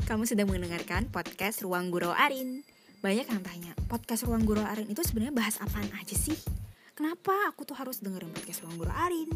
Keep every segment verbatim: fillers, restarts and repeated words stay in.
Kamu sedang mendengarkan podcast Ruang Guru Arin. Banyak yang tanya, podcast Ruang Guru Arin itu sebenarnya bahas apaan aja sih? Kenapa aku tuh harus dengerin podcast Ruang Guru Arin?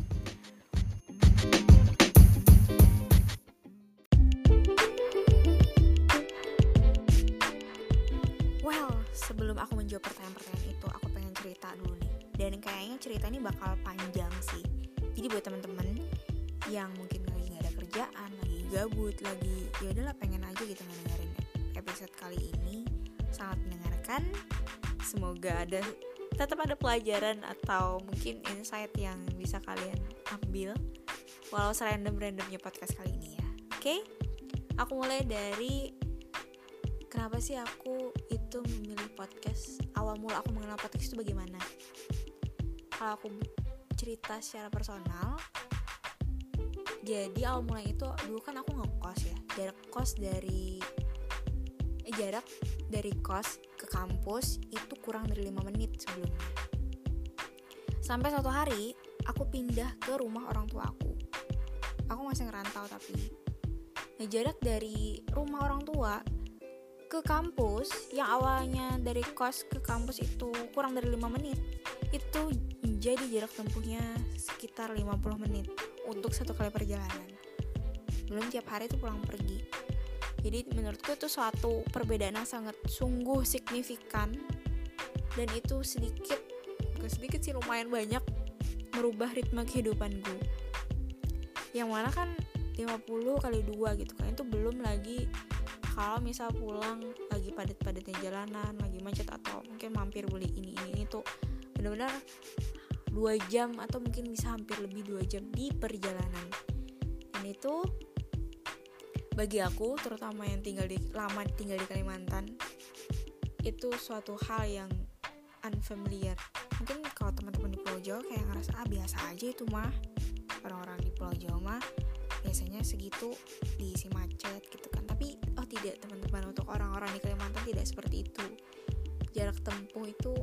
Well, sebelum aku menjawab pertanyaan-pertanyaan itu, aku pengen cerita dulu nih. Dan kayaknya cerita ini bakal panjang sih. Jadi buat teman-teman yang mungkin lagi nggak ada kerjaan, lagi gabut, lagi ya udahlah pengen aja gitu ngedengerin episode kali ini, selamat mendengarkan. Semoga ada tetap ada pelajaran atau mungkin insight yang bisa kalian ambil walau serandom-randomnya podcast kali ini ya. Oke, okay? Aku mulai dari kenapa sih aku itu memilih podcast. Awal mula aku mengenal podcast itu bagaimana? Kalau aku cerita secara personal, jadi awal mulanya itu dulu kan aku ngekos ya, jarak kos dari eh, jarak dari kos ke kampus itu kurang dari lima menit sebelumnya. Sampai suatu hari aku pindah ke rumah orang tua aku. Aku masih ngerantau tapi. Nah, jarak dari rumah orang tua ke kampus yang awalnya dari kos ke kampus itu kurang dari lima menit, itu jadi jarak tempuhnya sekitar lima puluh menit untuk satu kali perjalanan. Belum tiap hari itu pulang pergi. Jadi menurutku itu suatu perbedaan yang sangat sungguh signifikan. Dan itu sedikit, bukan sedikit sih, lumayan banyak merubah ritme kehidupanku. Yang mana kan lima puluh kali dua gitu kan, itu belum lagi kalau misal pulang lagi padat-padatnya jalanan, lagi macet atau mungkin mampir beli ini ini ini tuh benar-benar dua jam atau mungkin bisa hampir lebih dua jam di perjalanan. Dan itu bagi aku, terutama yang tinggal di lama tinggal di Kalimantan, itu suatu hal yang unfamiliar. Mungkin kalau teman-teman di Pulau Jawa kayak ngerasa ah biasa aja itu mah, orang-orang di Pulau Jawa mah biasanya segitu diisi macet gitu kan. Tapi oh tidak teman-teman, untuk orang-orang di Kalimantan tidak seperti itu. Jarak tempuh itu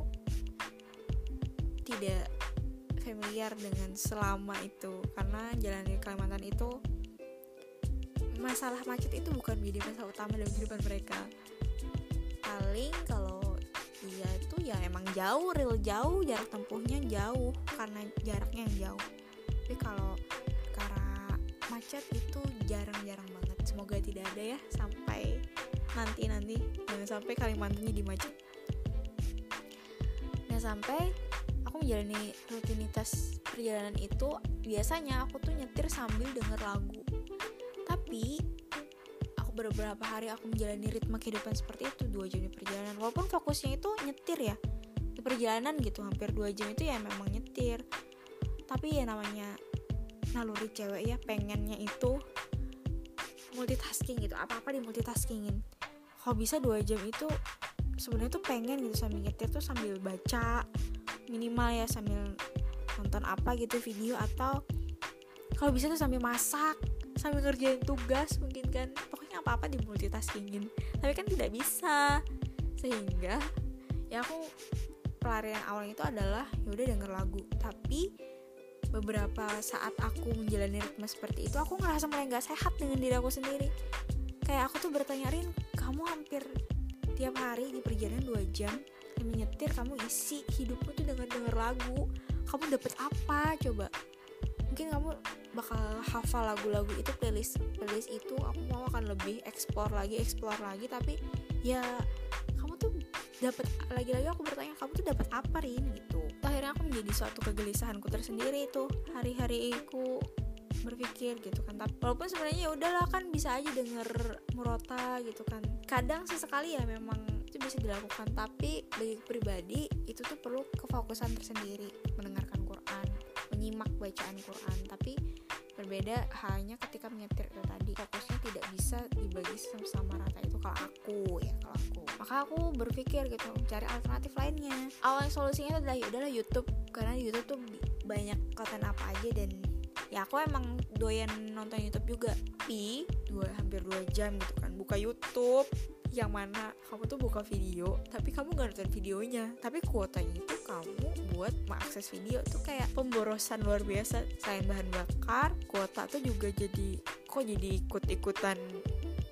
tidak familiar dengan selama itu, karena jalan di Kalimantan itu masalah macet itu bukan menjadi masalah utama dalam kehidupan mereka. Paling kalau iya itu ya emang jauh, real jauh, jarak tempuhnya jauh karena jaraknya yang jauh. Tapi kalau karena macet itu jarang-jarang banget. Semoga tidak ada ya sampai nanti-nanti, jangan sampai Kalimantan jadi macet. Nah, sampai aku menjalani rutinitas perjalanan itu, biasanya aku tuh nyetir sambil denger lagu. Tapi aku beberapa hari aku menjalani ritme kehidupan seperti itu, dua jam di perjalanan. Walaupun fokusnya itu nyetir ya, di perjalanan gitu, hampir dua jam itu ya memang nyetir. Tapi ya namanya naluri cewek ya, pengennya itu multitasking gitu, apa-apa di multitaskingin. Kalau bisa dua jam itu sebenarnya tuh pengen gitu sambil nyetir tuh sambil baca, minimal ya sambil nonton apa gitu video, atau kalau bisa tuh sambil masak, sambil ngerjain tugas mungkin kan, pokoknya apa-apa di multitaskingin. Tapi kan tidak bisa, sehingga ya aku pelarian awalnya itu adalah yaudah denger lagu. Tapi beberapa saat aku menjalani ritme seperti itu, aku ngerasa mulai gak sehat dengan diri aku sendiri. Kayak aku tuh bertanya, Rin, kamu hampir tiap hari di perjalanan dua jam menyetir, kamu isi hidupmu tuh dengan denger lagu, kamu dapet apa coba? Mungkin kamu bakal hafal lagu-lagu itu, playlist playlist itu aku mau akan lebih explore lagi explore lagi tapi ya kamu tuh dapat, lagi-lagi aku bertanya, kamu tuh dapat apa, Rin, gitu. Akhirnya aku menjadi suatu kegelisahanku tersendiri itu hari-hari aku berpikir gitu kan. Tapi walaupun sebenarnya ya udahlah kan bisa aja denger murota gitu kan, kadang sesekali ya memang itu bisa dilakukan. Tapi bagi pribadi itu tuh perlu kefokusan tersendiri, mendengarkan Quran, menyimak bacaan Quran. Tapi berbeda halnya ketika menyetir itu tadi, fokusnya tidak bisa dibagi sama rata. Itu kalau aku ya, kalau aku maka aku berpikir gitu, cari alternatif lainnya. Awal solusinya adalah ya udahlah YouTube, karena YouTube tuh banyak konten apa aja, dan ya aku emang doyan nonton YouTube juga. Tapi dua hampir dua jam gitu kan buka YouTube, yang mana kamu tuh buka video tapi kamu gak nonton videonya, tapi kuotanya itu kamu buat mengakses video. Tuh kayak pemborosan luar biasa. Selain bahan bakar, kuota tuh juga jadi kok jadi ikut-ikutan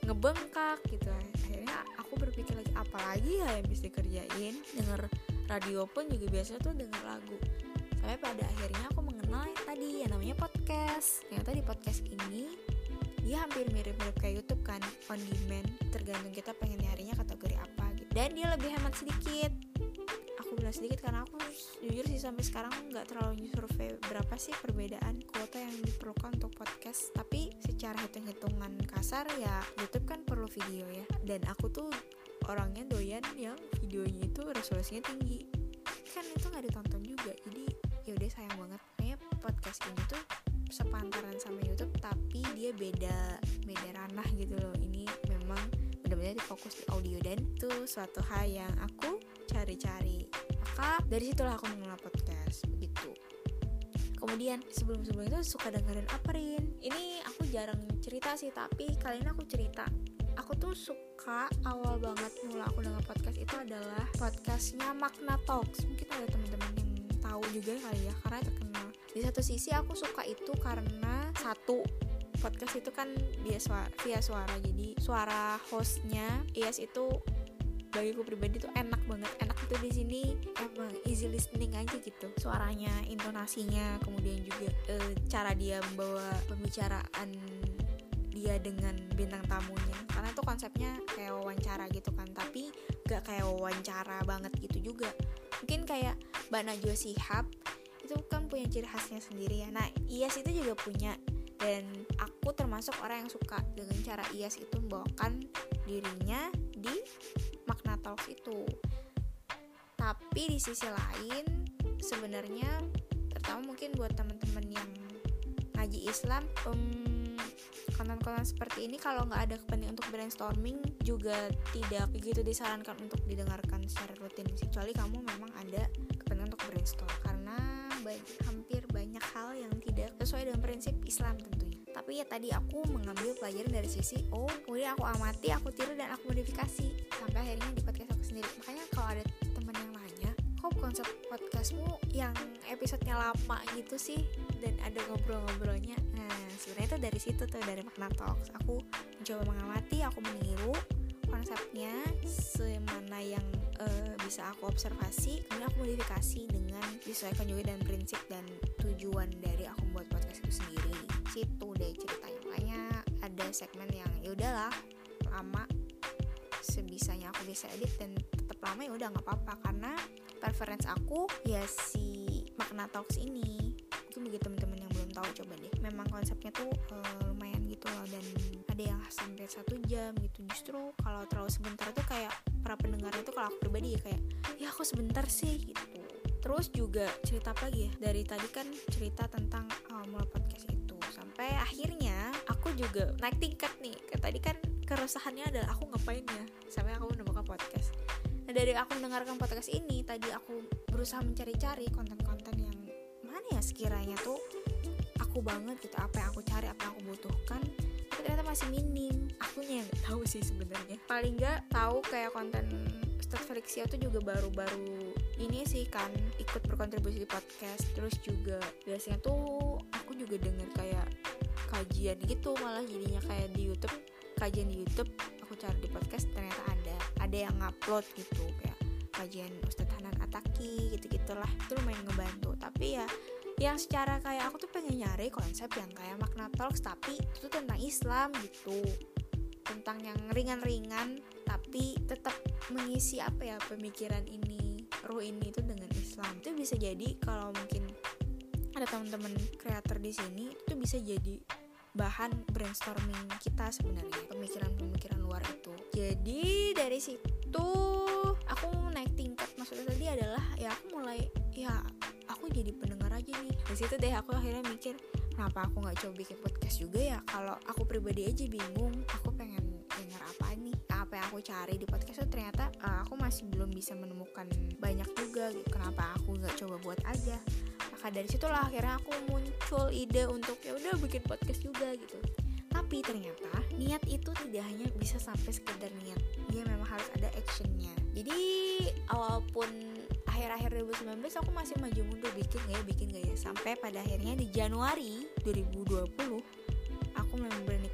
ngebengkak gitu. Akhirnya aku berpikir lagi, apalagi ya yang bisa dikerjain. Denger radio pun juga biasanya tuh denger lagu. Sampai pada akhirnya aku mengenal yang tadi yang namanya podcast. Ternyata di podcast ini dia hampir mirip-mirip kayak YouTube kan, on demand, tergantung kita pengen nyarinya kategori apa gitu. Dan dia lebih hemat sedikit. Aku bilang sedikit karena aku jujur sih sampai sekarang nggak terlalu survei berapa sih perbedaan kuota yang diperlukan untuk podcast. Tapi secara hitung-hitungan kasar ya YouTube kan perlu video ya. Dan aku tuh orangnya doyan yang videonya itu resolusinya tinggi. Kan itu nggak ditonton juga. Jadi ya udah sayang banget. Kayaknya podcast ini tuh sepantaran sama YouTube tapi dia beda beda ranah gitu loh. Ini memang benar-benar difokus di audio dan itu suatu hal yang aku cari-cari. Maka dari situlah aku mengenal podcast begitu. Kemudian sebelum-sebelum itu suka dengerin apa Rin? Ini aku jarang cerita sih, tapi kali ini aku cerita. Aku tuh suka awal banget mula aku dengar podcast itu adalah podcastnya Makna Talks. Mungkin ada teman-teman yang tahu juga kali ya, karena terkenal. Di satu sisi aku suka itu karena satu, podcast itu kan via suara, via suara. Jadi suara hostnya Iyas itu bagiku pribadi tuh enak banget. Enak itu di sini emang easy listening aja gitu. Suaranya, intonasinya, kemudian juga e, cara dia membawa pembicaraan dia dengan bintang tamunya. Karena itu konsepnya kayak wawancara gitu kan, tapi gak kayak wawancara banget gitu juga. Mungkin kayak Mbak Najwa Shihab itu kan punya ciri khasnya sendiri ya. Nah, Iyas itu juga punya. Dan aku termasuk orang yang suka dengan cara Iyas itu membawakan dirinya di Makna Talks itu. Tapi di sisi lain sebenarnya, terutama mungkin buat teman-teman yang ngaji Islam, um, konten-konten seperti ini kalau nggak ada kepentingan untuk brainstorming juga tidak begitu disarankan untuk didengarkan secara rutin, kecuali kamu memang ada kepentingan untuk brainstorm, karena banyak, hampir banyak hal yang tidak sesuai dengan prinsip Islam tentunya. Tapi ya tadi aku mengambil pelajaran dari sisi oh, kemudian aku amati, aku tiru dan aku modifikasi sampai akhirnya di podcast aku sendiri. Makanya kalau ada teman yang nanya, kok konsep podcastmu yang episodenya lama gitu sih dan ada ngobrol-ngobrolnya. Nah sebenarnya itu dari situ tuh, dari Makna Talks. Aku mencoba mengamati, aku meniru konsepnya semana yang uh, bisa aku observasi, kemudian aku modifikasi dengan disesuaikan juga dengan prinsip dan tujuan dari aku membuat podcast itu sendiri. Situ deh ceritanya. Makanya ada segmen yang ya udahlah lama, sebisanya aku bisa edit dan tetap lama ya udah nggak apa-apa, karena preference aku ya si Makna Talks ini. Mungkin bagi teman-teman yang belum tahu, coba deh, memang konsepnya tuh uh, lumayan gitu loh, dan ada yang sampai satu jam gitu. Justru kalau terlalu sebentar tuh kayak para pendengar itu, kalau aku pribadi ya kayak ya aku sebentar sih gitu. Terus juga cerita apa lagi ya, dari tadi kan cerita tentang awal mula podcast itu sampai akhirnya aku juga naik tingkat nih. Kayak tadi kan keresahannya adalah aku ngapain ya sampai aku menemukan podcast. Nah dari aku mendengarkan podcast ini, tadi aku berusaha mencari-cari konten-konten yang mana ya sekiranya tuh aku banget gitu, apa yang aku cari, apa yang aku butuhkan, tapi ternyata masih minim. Akunya yang gak tahu sih sebenarnya. Paling gak tahu kayak konten Ustadz Felixia tuh juga baru-baru ini sih kan ikut berkontribusi di podcast. Terus juga biasanya tuh aku juga denger kayak kajian gitu, malah jadinya kayak di YouTube, kajian di YouTube aku cari di podcast ternyata ada ada yang ngupload gitu, kayak kajian Ustadz Hanan Ataki gitu-gitulah. Itu lumayan ngebantu. Tapi ya yang secara kayak aku tuh pengen nyari konsep yang kayak Makna Talks tapi itu tentang Islam gitu, tentang yang ringan-ringan tapi tetap mengisi apa ya pemikiran ini, ruh ini itu dengan Islam. Itu bisa jadi kalau mungkin ada teman-teman kreator di sini, itu bisa jadi bahan brainstorming kita sebenarnya, pemikiran-pemikiran luar itu. Jadi dari situ aku naik tingkat, maksudnya tadi adalah ya aku mulai ya aku jadi pendengar aja nih. Di situ deh aku akhirnya mikir, kenapa aku nggak coba bikin podcast juga ya? Kalau aku pribadi aja bingung, aku pengen denger apa nih? Apa yang aku cari di podcast itu ternyata uh, aku masih belum bisa menemukan banyak juga. Gitu. Kenapa aku nggak coba buat aja? Maka dari situlah akhirnya aku muncul ide untuk ya udah bikin podcast juga gitu. Tapi ternyata niat itu tidak hanya bisa sampai sekedar niat, dia memang harus ada actionnya. Jadi walaupun akhir-akhir dua ribu sembilan belas aku masih maju mundur, bikin gak ya, bikin gak ya, sampai pada akhirnya di Januari dua ribu dua puluh aku memberanikan diri,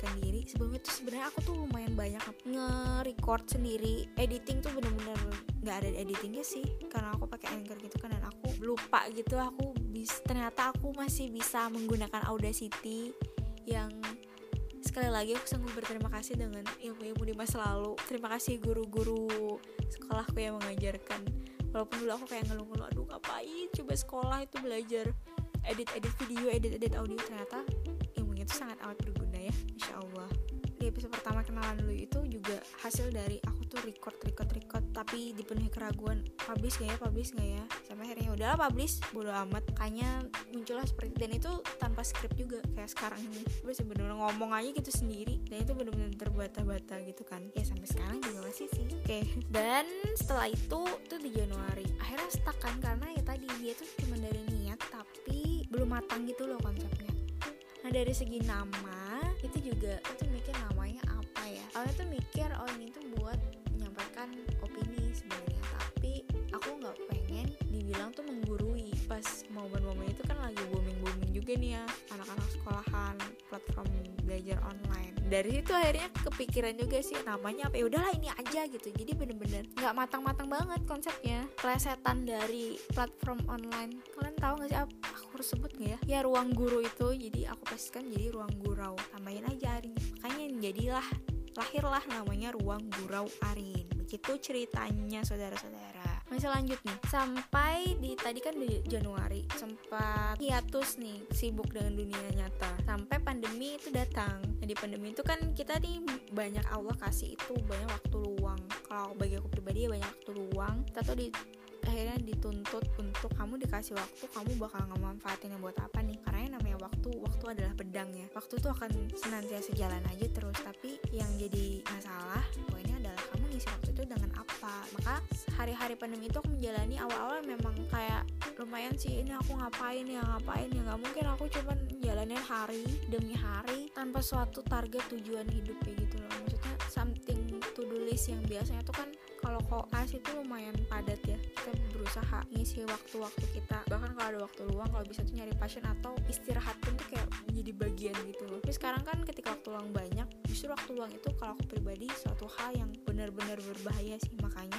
sebelumnya tuh sebenarnya aku tuh lumayan banyak nge-record sendiri. Editing tuh bener-bener nggak ada editingnya sih, karena aku pakai Anchor gitu kan, dan aku lupa gitu aku bis ternyata aku masih bisa menggunakan Audacity yang sekali lagi aku sanggup berterima kasih dengan ilmu-ilmu di masa lalu. Terima kasih guru-guru sekolahku yang mengajarkan. Walaupun dulu aku kayak ngeluh-ngeluh, aduh ngapain coba sekolah itu belajar edit-edit video, edit-edit audio, ternyata ilmunya itu sangat amat berguna ya, insya Allah. Di episode pertama kenalan dulu itu juga hasil dari aku tuh record, record, record tapi dipenuhi keraguan, publish gak ya, publish gak ya, sampai akhirnya udahlah publish, bodo amat. Kayaknya muncullah seperti, dan itu tanpa skrip juga kayak sekarang ini, gue bener-bener ngomong aja gitu sendiri, dan itu bener-bener terbata-bata gitu kan, ya sampai sekarang juga masih sih. Oke, okay. Dan setelah itu tuh di Januari akhirnya stuck kan, karena ya tadi dia tuh cuma dari niat tapi belum matang gitu loh konsepnya. Nah dari segi nama itu juga aku tuh mikir namanya apa ya. Awalnya tuh mikir oh ini tuh buat menyampaikan opini sebenarnya, tapi aku nggak pengen dibilang tuh menggurui. Pas momen-momen itu kan lagi booming-booming juga nih ya anak-anak sekolahan, platform belajar online. Dari situ akhirnya kepikiran juga sih namanya apa, ya udahlah ini aja gitu. Jadi bener-bener nggak matang-matang banget konsepnya, plesetan dari platform online. Kalian tahu nggak sih apa aku harus sebut nggak ya? Ya ruang guru itu, jadi aku pastikan jadi ruang gurau. Tambahin aja Arin. Makanya jadilah lahirlah namanya Ruang Gurau Arin. Begitu ceritanya saudara-saudara. Masih lanjut nih, sampai di tadi kan di Januari sempat hiatus nih, sibuk dengan dunia nyata sampai pandemi itu datang. Nah di pandemi itu kan kita nih banyak Allah kasih itu banyak waktu luang. Kalau bagi aku pribadi ya banyak waktu luang. Kita tuh di akhirnya dituntut untuk kamu dikasih waktu, kamu bakal ngemanfaatinnya buat apa nih? Karena yang namanya waktu, waktu adalah pedang ya. Waktu tuh akan senantiasa jalan aja terus, tapi yang jadi masalah poinnya adalah kamu ngisi waktu itu dengan apa. Maka hari-hari pandemi itu aku menjalani, awal-awal memang kayak lumayan sih, ini aku ngapain ya, ngapain ya, gak mungkin aku cuman jalanin hari demi hari tanpa suatu target tujuan hidup kayak gitu loh. Maksudnya something to do list yang biasanya tuh kan kalau koas itu lumayan padat ya, kita berusaha ngisi waktu-waktu kita, bahkan kalau ada waktu luang kalau bisa tuh nyari passion atau istirahat pun tuh kayak menjadi bagian gitu loh. Tapi sekarang kan ketika waktu luang banyak, justru waktu luang itu kalau aku pribadi suatu hal yang benar-benar berbahaya sih. Makanya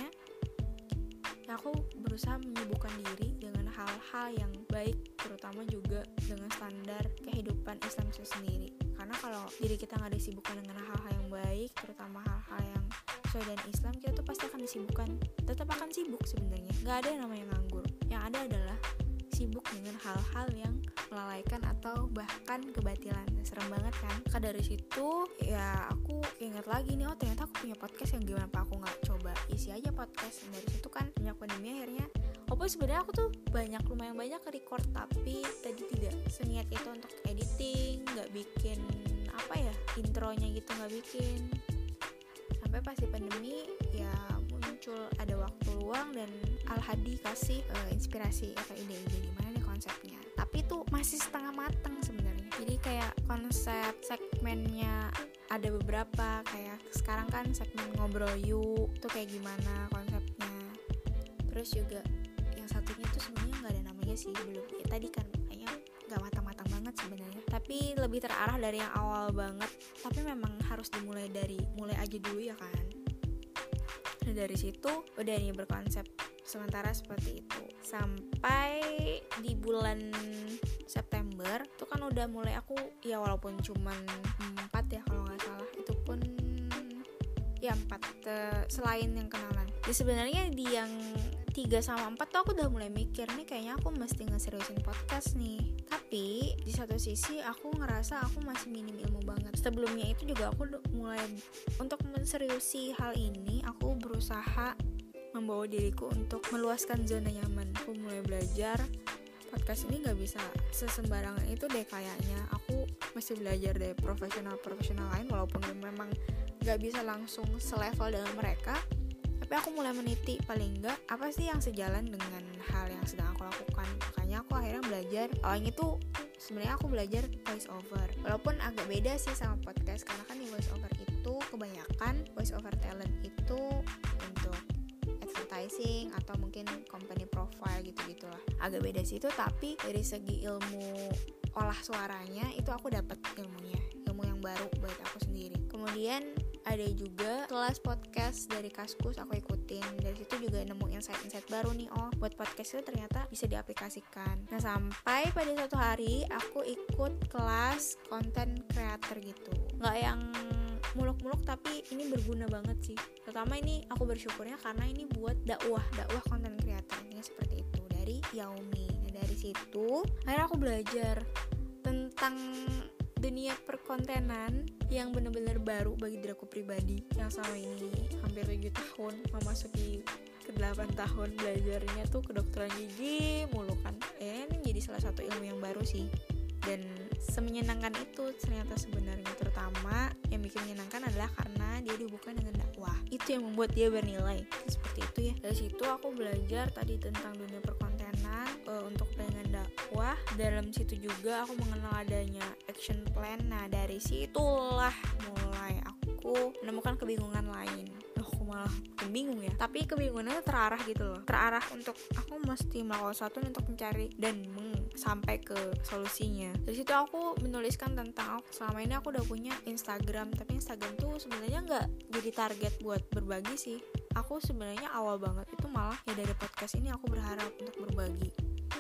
ya aku berusaha menyibukkan diri dengan hal-hal yang baik, terutama juga dengan standar kehidupan Islam itu sendiri. Karena kalau diri kita nggak disibukkan dengan hal-hal yang baik, terutama hal-hal yang sesuai dengan Islam, kita tuh pasti akan disibukkan, tetap akan sibuk sebenarnya. Nggak ada yang namanya nganggur. Yang ada adalah sibuk dengan hal-hal yang melalaikan atau bahkan kebatilan. Serem banget kan? Maka dari situ ya aku ingat lagi nih, oh ternyata aku punya podcast, yang gimana pak aku nggak coba isi aja podcast. Dan dari situ kan banyak pandemi akhirnya, walaupun sebenarnya aku tuh banyak lumayan banyak record, tapi tadi tidak seniat itu untuk editing, nggak bikin apa ya intronya gitu, nggak bikin. Sampai pas di pandemi ya muncul ada waktu luang dan Al-Hadi kasih uh, inspirasi atau ide-ide gimana nih konsepnya. Tapi tuh masih setengah matang sebenarnya. Jadi kayak konsep segmennya ada beberapa, kayak sekarang kan segmen ngobrol yuk tuh kayak gimana konsepnya. Terus juga yang satunya tuh sebenarnya nggak ada namanya sih, belum ya tadi kan kayaknya nggak matang-matang banget sebenarnya, tapi lebih terarah dari yang awal banget. Tapi memang harus dimulai dari mulai aja dulu ya kan. Nah dari situ udah nih berkonsep sementara seperti itu sampai di bulan September itu kan udah mulai aku ya, walaupun cuman empat ya kalau nggak salah, itu pun ya empat uh, selain yang kenalan. Jadi sebenarnya di yang tiga sama empat tuh aku udah mulai mikir nih kayaknya aku mesti ngeseriusin podcast nih. Tapi di satu sisi aku ngerasa aku masih minim ilmu banget. Sebelumnya itu juga aku mulai untuk menseriusi hal ini, aku berusaha membawa diriku untuk meluaskan zona nyaman. Aku mulai belajar podcast ini gak bisa sesembarangan itu deh kayaknya. Aku masih belajar dari profesional-profesional lain, walaupun memang gak bisa langsung selevel dengan mereka. Tapi aku mulai meniti paling enggak apa sih yang sejalan dengan hal yang sedang aku lakukan. Makanya aku akhirnya belajar. Awalnya tuh sebenarnya aku belajar voice over. Walaupun agak beda sih sama podcast, karena kan di voice over itu kebanyakan voice over talent itu untuk advertising atau mungkin company profile gitu-gitulah. Agak beda sih itu, tapi dari segi ilmu olah suaranya itu aku dapat ilmunya, ilmu yang baru buat aku sendiri. Kemudian ada juga kelas podcast dari Kaskus, aku ikutin. Dari situ juga nemu insight-insight baru nih, oh buat podcast itu ternyata bisa diaplikasikan. Nah sampai pada suatu hari aku ikut kelas content creator gitu, nggak yang muluk-muluk tapi ini berguna banget sih. Terutama ini aku bersyukurnya karena ini buat dakwah, dakwah content creator ini seperti itu dari Yaumi. Nah dari situ akhirnya aku belajar tentang dunia perkontenan yang benar-benar baru bagi diri aku pribadi, yang selama ini hampir tujuh tahun memasuki ke delapan tahun belajarnya tuh kedokteran gigi mulu kan. Eh ini jadi salah satu ilmu yang baru sih, dan semenyenangkan itu ternyata sebenarnya. Terutama yang bikin menyenangkan adalah karena dia dihubungkan dengan dakwah, itu yang membuat dia bernilai. Seperti itu ya. Dari situ aku belajar tadi tentang dunia perkontenan uh, untuk dengan dakwah. Dalam situ juga aku mengenal adanya action plan. Nah dari situlah mulai aku menemukan kebingungan lain. Aku malah bingung ya, tapi kebingungannya terarah gitu loh, terarah untuk aku mesti melakukan sesuatu untuk mencari dan meng- sampai ke solusinya. Dari situ aku menuliskan tentang aku, selama ini aku udah punya Instagram, tapi Instagram tuh sebenarnya nggak jadi target buat berbagi sih. Aku sebenarnya awal banget itu malah ya dari podcast ini aku berharap untuk berbagi.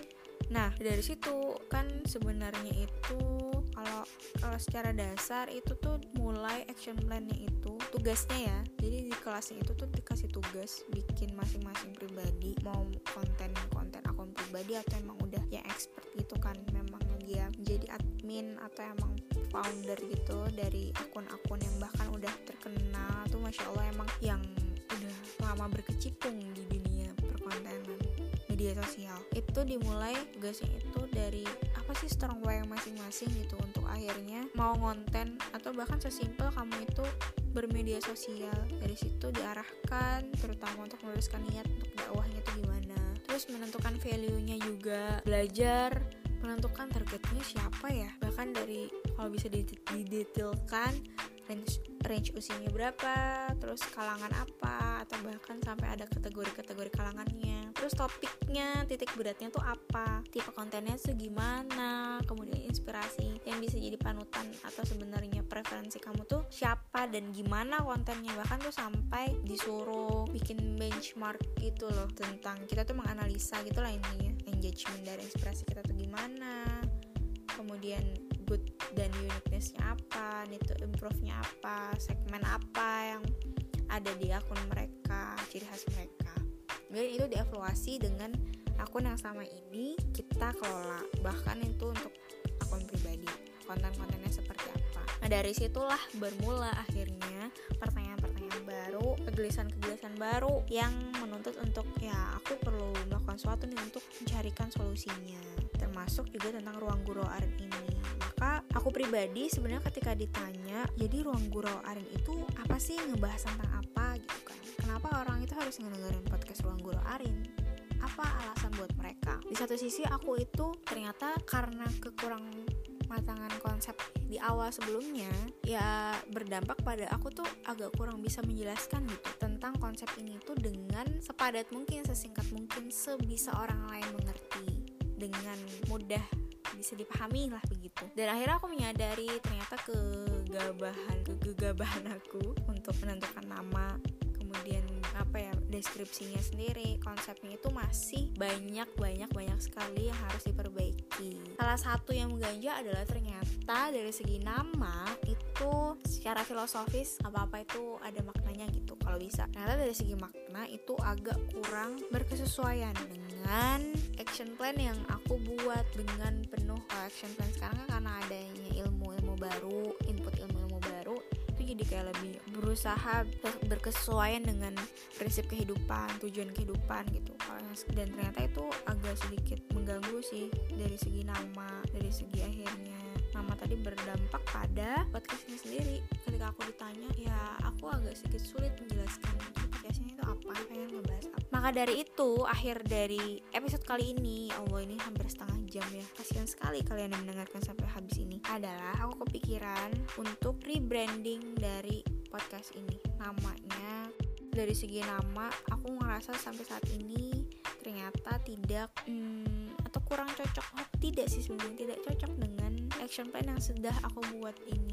Nah dari situ kan sebenarnya itu kalau kalau secara dasar itu tuh mulai action plan-nya itu tugasnya ya. Jadi di kelasnya itu tuh dikasih tugas bikin masing-masing pribadi, mau konten-konten akun pribadi atau emang udah yang expert gitu kan, memang dia jadi admin atau emang founder gitu dari akun-akun yang bahkan udah terkenal tuh, masya Allah emang yang udah lama berkecimpung di dunia perkontenan media sosial. Itu dimulai tugasnya itu dari apa sih strong way masing-masing gitu untuk akhirnya mau ngonten, atau bahkan sesimpel kamu itu bermedia sosial. Dari situ diarahkan terutama untuk meluruskan niat untuk dakwahnya itu gimana, terus menentukan value-nya juga, belajar menentukan targetnya siapa ya, bahkan dari kalau bisa didetailkan range range usianya berapa, terus kalangan apa, atau bahkan sampai ada kategori-kategori kalangannya, terus topiknya, titik beratnya tuh apa, tipe kontennya tuh gimana, kemudian inspirasi yang bisa jadi panutan atau sebenarnya preferensi kamu tuh siapa dan gimana kontennya. Bahkan tuh sampai disuruh bikin benchmark gitu loh, tentang kita tuh menganalisa gitu lah intinya, engagement dari inspirasi kita tuh gimana, kemudian good dan uniqueness-nya apa, need to improve-nya apa, segmen apa yang ada di akun mereka, ciri khas mereka. Dan itu dievaluasi dengan akun yang sama ini kita kelola, bahkan itu untuk akun pribadi, konten-kontennya seperti apa. Nah dari situlah bermula akhirnya pertanyaan-pertanyaan baru, kegelisahan-kegelisahan baru yang menuntut untuk ya aku perlu melakukan sesuatu nih untuk mencarikan solusinya, termasuk juga tentang ruang guru Arin ini. Maka aku pribadi sebenarnya ketika ditanya, jadi ruang guru Arin itu apa sih, ngebahas tentang apa gitu kan, kenapa orang itu harus ngedengerin podcast ruang guru Arin, apa alasan buat mereka. Di satu sisi aku itu ternyata karena kekurang matangan konsep di awal sebelumnya, ya berdampak pada aku tuh agak kurang bisa menjelaskan gitu tentang konsep ini tuh dengan sepadat mungkin, sesingkat mungkin, sebisa orang lain mengerti, dengan mudah bisa dipahami lah begitu. Dan akhirnya aku menyadari ternyata kegabahan kegegabahan aku untuk menentukan nama, kemudian apa ya, deskripsinya sendiri, konsepnya itu masih banyak banyak banyak sekali yang harus diperbaiki. Salah satu yang mengganjal adalah ternyata dari segi nama itu secara filosofis apa-apa itu ada maknanya gitu kalau bisa. Ternyata dari segi makna itu agak kurang berkesesuaian dengan action plan yang aku buat dengan penuh. Action plan sekarang kan karena adanya ilmu-ilmu baru, input ilmu-ilmu baru, itu jadi kayak lebih berusaha berkesesuaian dengan prinsip kehidupan, tujuan kehidupan gitu. Dan ternyata itu agak sedikit mengganggu sih dari segi nama, dari segi akhirnya nama tadi berdampak pada podcastnya sendiri. Ketika aku ditanya, ya aku agak sedikit sulit menjelaskan podcastnya itu apa, pengen ngebahas apa. Maka dari itu, akhir dari episode kali ini, Allah ini hampir setengah jam ya, kasihan sekali kalian yang mendengarkan sampai habis ini, adalah aku kepikiran untuk rebranding dari podcast ini. Namanya, dari segi nama, aku ngerasa sampai saat ini ternyata tidak hmm, atau kurang cocok. Oh, tidak sih sebenarnya tidak cocok dengan action plan yang sudah aku buat ini.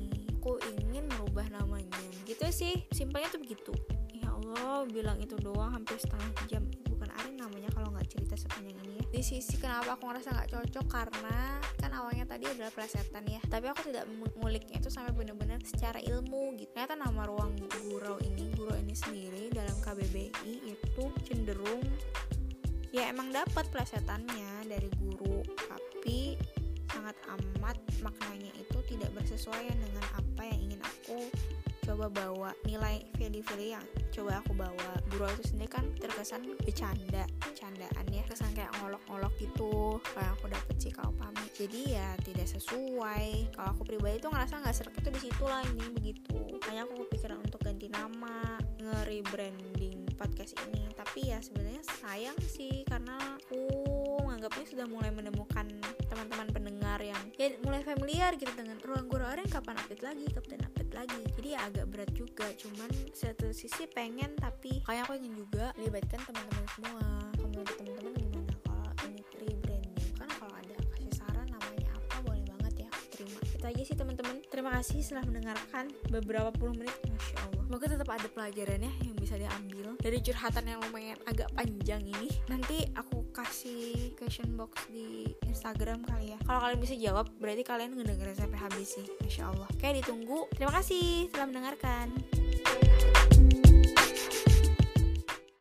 aku ingin merubah namanya. Gitu sih, simpelnya tuh begitu. Ya Allah, bilang itu doang hampir setengah jam. Bukan Arin namanya kalau nggak cerita sepanjang ini ya. Di sisi kenapa aku ngerasa nggak cocok, karena kan awalnya tadi adalah plesetan ya, tapi aku tidak menguliknya itu sampai benar-benar secara ilmu gitu. Ternyata nama ruang gurau ini, gurau ini sendiri dalam K B B I itu cenderung ya emang dapat plesetannya dari guru, tapi sangat amat maknanya itu tidak bersesuaian dengan apa yang ingin aku coba bawa, nilai value-value yang coba aku bawa. Guru itu sendiri kan terkesan bercanda, candaan ya, kesan kayak ngolok-ngolok gitu kayak aku dapet sih kalau pamit. Jadi ya tidak sesuai. Kalau aku pribadi tuh ngerasa nggak serak itu di situ lah, ini begitu. Makanya aku kepikiran untuk ganti nama, nge-rebranding podcast ini. Tapi ya sebenarnya sayang sih karena aku menganggapnya sudah mulai menemukan teman-teman pendengar yang ya mulai familiar gitu dengan ruang guru Arin, kapan update lagi, kapan update lagi. Jadi ya agak berat juga, cuman satu sisi pengen, tapi kayak aku ingin juga melibatkan teman-teman semua. Menurut teman-teman gimana kalau ini rebranding? Kan kalau ada kasih saran namanya apa, boleh banget ya, aku terima. Itu aja sih teman-teman. Terima kasih setelah mendengarkan beberapa puluh menit. Masya Allah, semoga tetap ada pelajarannya yang bisa diambil dari curhatan yang lumayan agak panjang ini. Nanti aku kasih question box di Instagram kali ya. Kalau kalian bisa jawab, berarti kalian ngedengerin sampai habis sih. Masya Allah. Oke, ditunggu. Terima kasih telah mendengarkan.